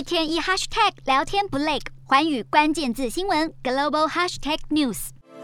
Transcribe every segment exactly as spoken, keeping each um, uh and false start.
天一 hashtag 聊天不累，寰宇关键字新闻 global hashtag news。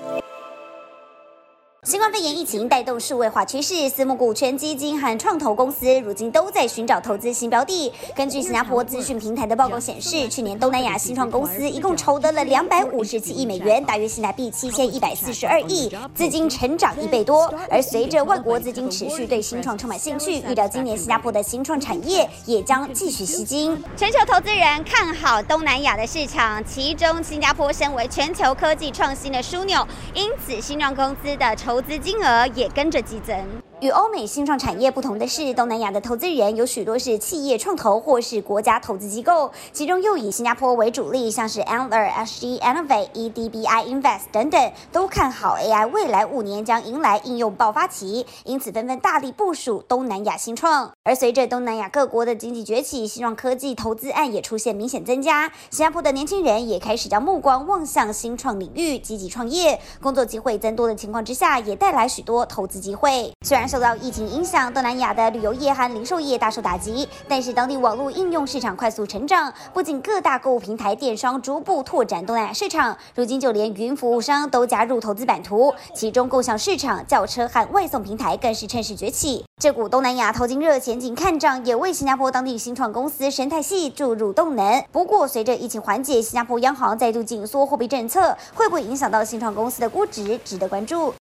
新冠肺炎疫情带动数位化趋势，私募股权基金和创投公司如今都在寻找投资新标的。根据新加坡资讯平台的报告显示，去年东南亚新创公司一共筹得了两百五十七亿美元，大约新台币七千一百四十二亿，资金成长一倍多。而随着外国资金持续对新创充满兴趣，预料今年新加坡的新创产业也将继续吸金。全球投资人看好东南亚的市场，其中新加坡身为全球科技创新的枢纽，因此新创公司的筹资金额也跟着激增。与欧美新创产业不同的是，东南亚的投资人有许多是企业创投或是国家投资机构，其中又以新加坡为主力，像是 Antler、S G Innovate、E D B I Invest 等等，都看好 A I 未来五年将迎来应用爆发期，因此纷纷大力部署东南亚新创。而随着东南亚各国的经济崛起，新创科技投资案也出现明显增加，新加坡的年轻人也开始将目光望向新创领域，积极创业，工作机会增多的情况之下，也带来许多投资机会。虽然受到疫情影响，东南亚的旅游业和零售业大受打击，但是当地网络应用市场快速成长，不仅各大购物平台电商逐步拓展东南亚市场，如今就连云服务商都加入投资版图，其中共享市场、轿车和外送平台更是趁势崛起。这股东南亚投金热前景看涨，也为新加坡当地新创公司生态系注入动能。不过，随着疫情缓解，新加坡央行再度紧缩货币政策，会不会影响到新创公司的估值，值得关注。